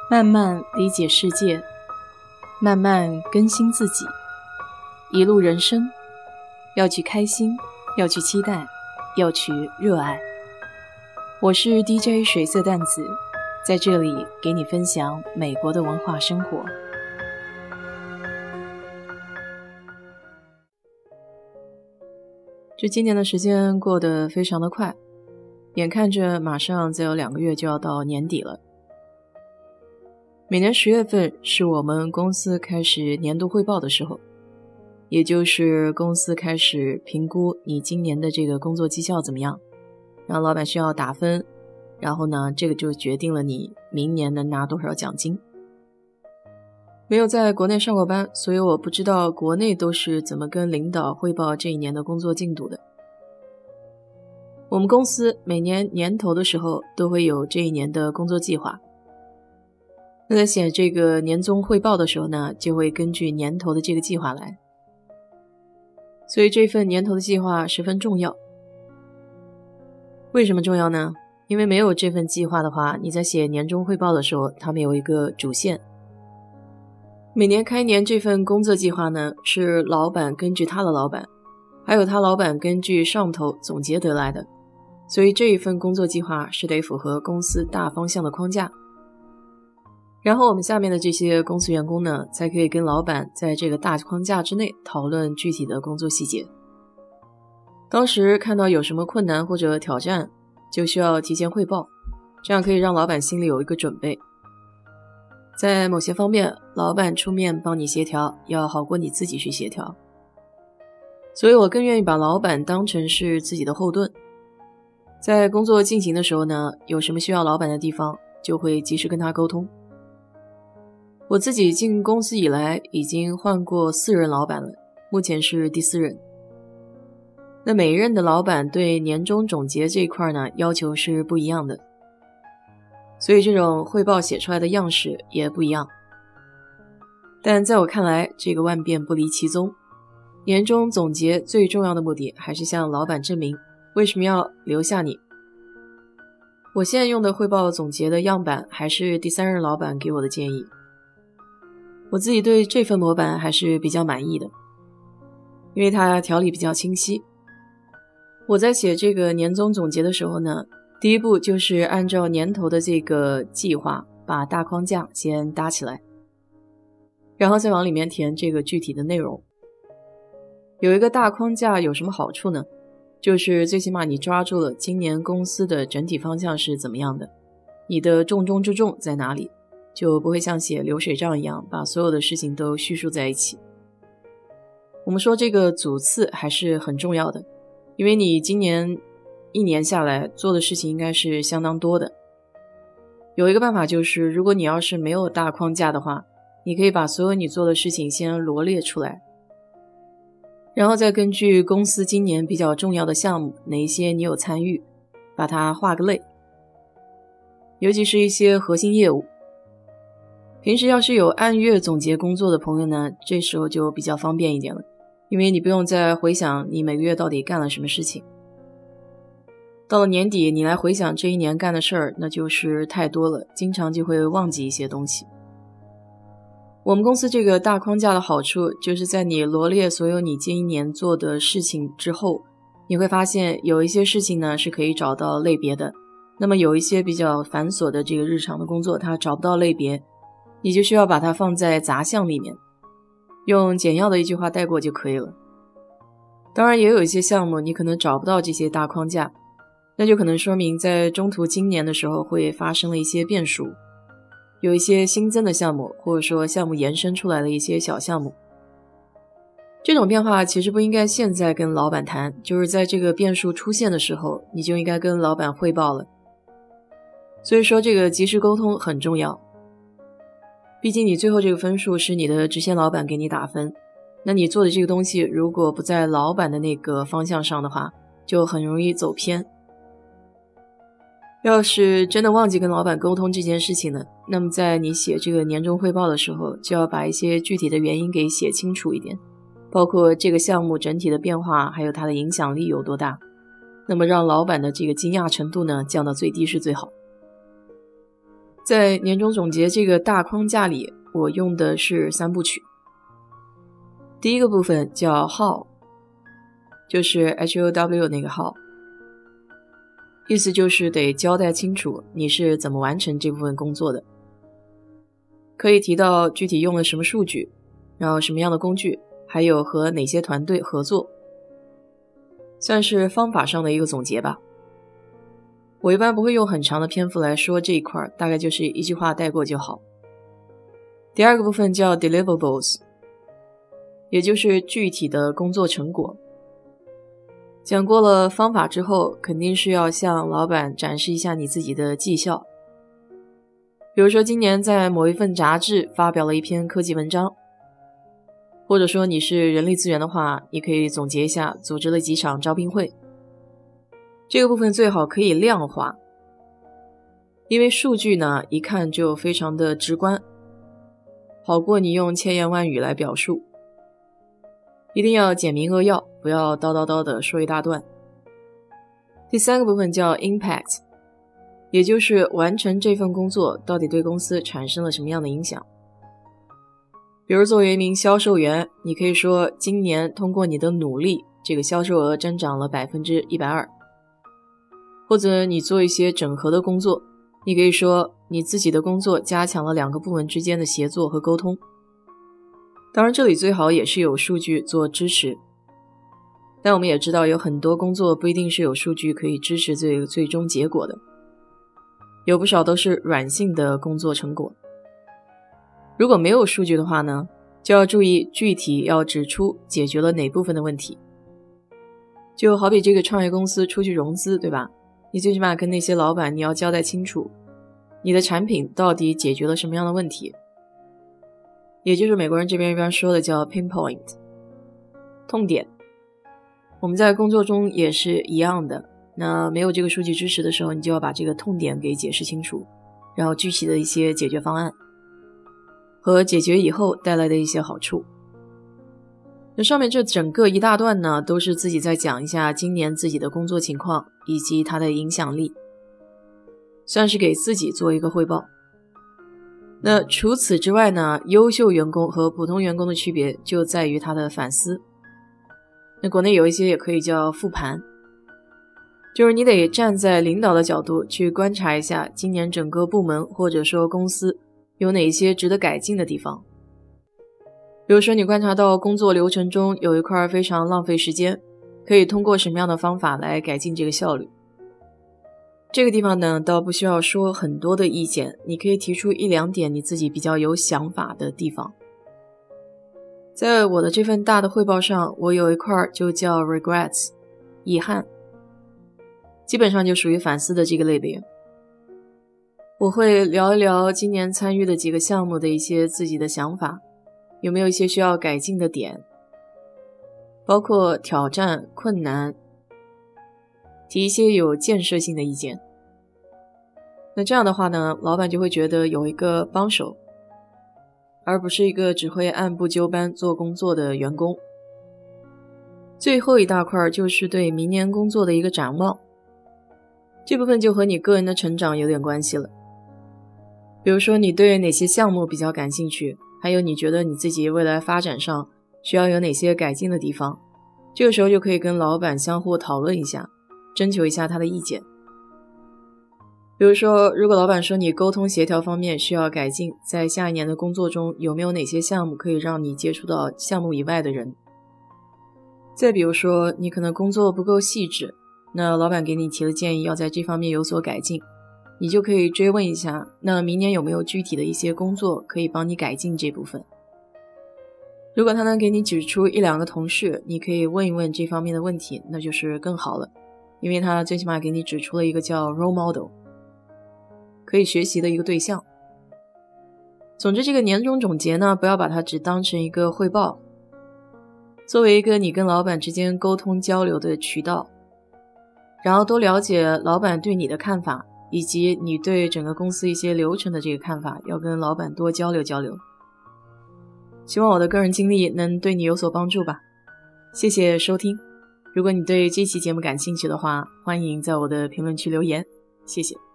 慢慢理解世界，慢慢更新自己，一路人生，要去开心，要去期待，要去热爱。我是 DJ 水色淡子，在这里给你分享美国的文化生活。这今年的时间过得非常的快，眼看着马上再有2个月就要到年底了。每年10月份是我们公司开始年度汇报的时候，也就是公司开始评估你今年的这个工作绩效怎么样，然后老板需要打分，然后呢，这个就决定了你明年能拿多少奖金。没有在国内上过班，所以我不知道国内都是怎么跟领导汇报这一年的工作进度的。我们公司每年年头的时候都会有这一年的工作计划。那在写这个年终汇报的时候呢，就会根据年头的这个计划来。所以这份年头的计划十分重要。为什么重要呢？因为没有这份计划的话，你在写年终汇报的时候，他们有一个主线。每年开年这份工作计划呢，是老板根据他的老板，还有他老板根据上头总结得来的。所以这一份工作计划是得符合公司大方向的框架。然后我们下面的这些公司员工呢，才可以跟老板在这个大框架之内讨论具体的工作细节。当时看到有什么困难或者挑战，就需要提前汇报，这样可以让老板心里有一个准备。在某些方面，老板出面帮你协调，要好过你自己去协调。所以我更愿意把老板当成是自己的后盾。在工作进行的时候呢，有什么需要老板的地方，就会及时跟他沟通。我自己进公司以来已经换过4任老板了，目前是第4任。那每一任的老板对年终总结这一块呢，要求是不一样的，所以这种汇报写出来的样式也不一样。但在我看来，这个万变不离其宗，年终总结最重要的目的还是向老板证明为什么要留下你。我现在用的汇报总结的样板还是第3任老板给我的建议。我自己对这份模板还是比较满意的，因为它条理比较清晰。我在写这个年终总结的时候呢，第一步就是按照年头的这个计划把大框架先搭起来，然后再往里面填这个具体的内容。有一个大框架有什么好处呢？就是最起码你抓住了今年公司的整体方向是怎么样的，你的重中之重在哪里，就不会像写流水账一样把所有的事情都叙述在一起。我们说这个组次还是很重要的，因为你今年1年下来做的事情应该是相当多的。有一个办法就是，如果你要是没有大框架的话，你可以把所有你做的事情先罗列出来，然后再根据公司今年比较重要的项目，哪一些你有参与，把它划个类，尤其是一些核心业务。平时要是有按月总结工作的朋友呢，这时候就比较方便一点了，因为你不用再回想你每个月到底干了什么事情。到了年底，你来回想这一年干的事儿，那就是太多了，经常就会忘记一些东西。我们公司这个大框架的好处，就是在你罗列所有你这一年做的事情之后，你会发现有一些事情呢是可以找到类别的，那么有一些比较繁琐的这个日常的工作，它找不到类别，你就需要把它放在杂项里面，用简要的一句话带过就可以了。当然也有一些项目你可能找不到这些大框架，那就可能说明在中途今年的时候会发生了一些变数，有一些新增的项目，或者说项目延伸出来的一些小项目。这种变化其实不应该现在跟老板谈，就是在这个变数出现的时候，你就应该跟老板汇报了。所以说这个及时沟通很重要。毕竟你最后这个分数是你的直线老板给你打分，那你做的这个东西如果不在老板的那个方向上的话，就很容易走偏。要是真的忘记跟老板沟通这件事情呢，那么在你写这个年终汇报的时候，就要把一些具体的原因给写清楚一点，包括这个项目整体的变化，还有它的影响力有多大，那么让老板的这个惊讶程度呢降到最低是最好。 在年终总结这个大框架里，我用的是3部曲。第一个部分叫 How， 就是 HOW 那个 How， 意思就是得交代清楚你是怎么完成这部分工作的，可以提到具体用了什么数据，然后什么样的工具，还有和哪些团队合作，算是方法上的一个总结吧。我一般不会用很长的篇幅来说这一块，大概就是一句话带过就好。第二个部分叫 deliverables， 也就是具体的工作成果。讲过了方法之后，肯定是要向老板展示一下你自己的绩效。比如说今年在某一份杂志发表了一篇科技文章，或者说你是人力资源的话，你可以总结一下组织了几场招聘会。这个部分最好可以量化，因为数据呢一看就非常的直观，好过你用千言万语来表述。一定要简明扼要，不要叨叨叨的说一大段。第三个部分叫 impact， 也就是完成这份工作到底对公司产生了什么样的影响。比如作为一名销售员，你可以说今年通过你的努力，这个销售额增长了 120%。或者你做一些整合的工作，你可以说你自己的工作加强了2个部门之间的协作和沟通。当然这里最好也是有数据做支持，但我们也知道有很多工作不一定是有数据可以支持这个最终结果的，有不少都是软性的工作成果。如果没有数据的话呢，就要注意具体要指出解决了哪部分的问题。就好比这个创业公司出去融资，对吧？你最起码跟那些老板你要交代清楚，你的产品到底解决了什么样的问题，也就是美国人这边一般说的叫 pinpoint， 痛点。我们在工作中也是一样的，那没有这个数据支持的时候，你就要把这个痛点给解释清楚，然后具体的一些解决方案和解决以后带来的一些好处。那上面这整个一大段呢，都是自己在讲一下今年自己的工作情况以及它的影响力，算是给自己做一个汇报。那除此之外呢，优秀员工和普通员工的区别就在于他的反思。那国内有一些也可以叫复盘，就是你得站在领导的角度去观察一下今年整个部门或者说公司有哪些值得改进的地方。比如说你观察到工作流程中有一块非常浪费时间，可以通过什么样的方法来改进这个效率。这个地方呢，倒不需要说很多的意见，你可以提出1-2点你自己比较有想法的地方。在我的这份大的汇报上，我有一块就叫 regrets， 遗憾，基本上就属于反思的这个类别。我会聊一聊今年参与的几个项目的一些自己的想法，有没有一些需要改进的点，包括挑战、困难，提一些有建设性的意见。那这样的话呢，老板就会觉得有一个帮手，而不是一个只会按部就班做工作的员工。最后一大块就是对明年工作的一个展望，这部分就和你个人的成长有点关系了。比如说你对哪些项目比较感兴趣，还有你觉得你自己未来发展上需要有哪些改进的地方，这个时候就可以跟老板相互讨论一下，征求一下他的意见。比如说如果老板说你沟通协调方面需要改进，在下一年的工作中有没有哪些项目可以让你接触到项目以外的人。再比如说你可能工作不够细致，那老板给你提了建议要在这方面有所改进，你就可以追问一下，那明年有没有具体的一些工作可以帮你改进这部分。如果他能给你指出1-2个同事，你可以问一问这方面的问题，那就是更好了，因为他最起码给你指出了一个叫 role model， 可以学习的一个对象。总之这个年终总结呢，不要把它只当成一个汇报，作为一个你跟老板之间沟通交流的渠道，然后多了解老板对你的看法，以及你对整个公司一些流程的这个看法，要跟老板多交流交流。希望我的个人经历能对你有所帮助吧。谢谢收听，如果你对这期节目感兴趣的话，欢迎在我的评论区留言，谢谢。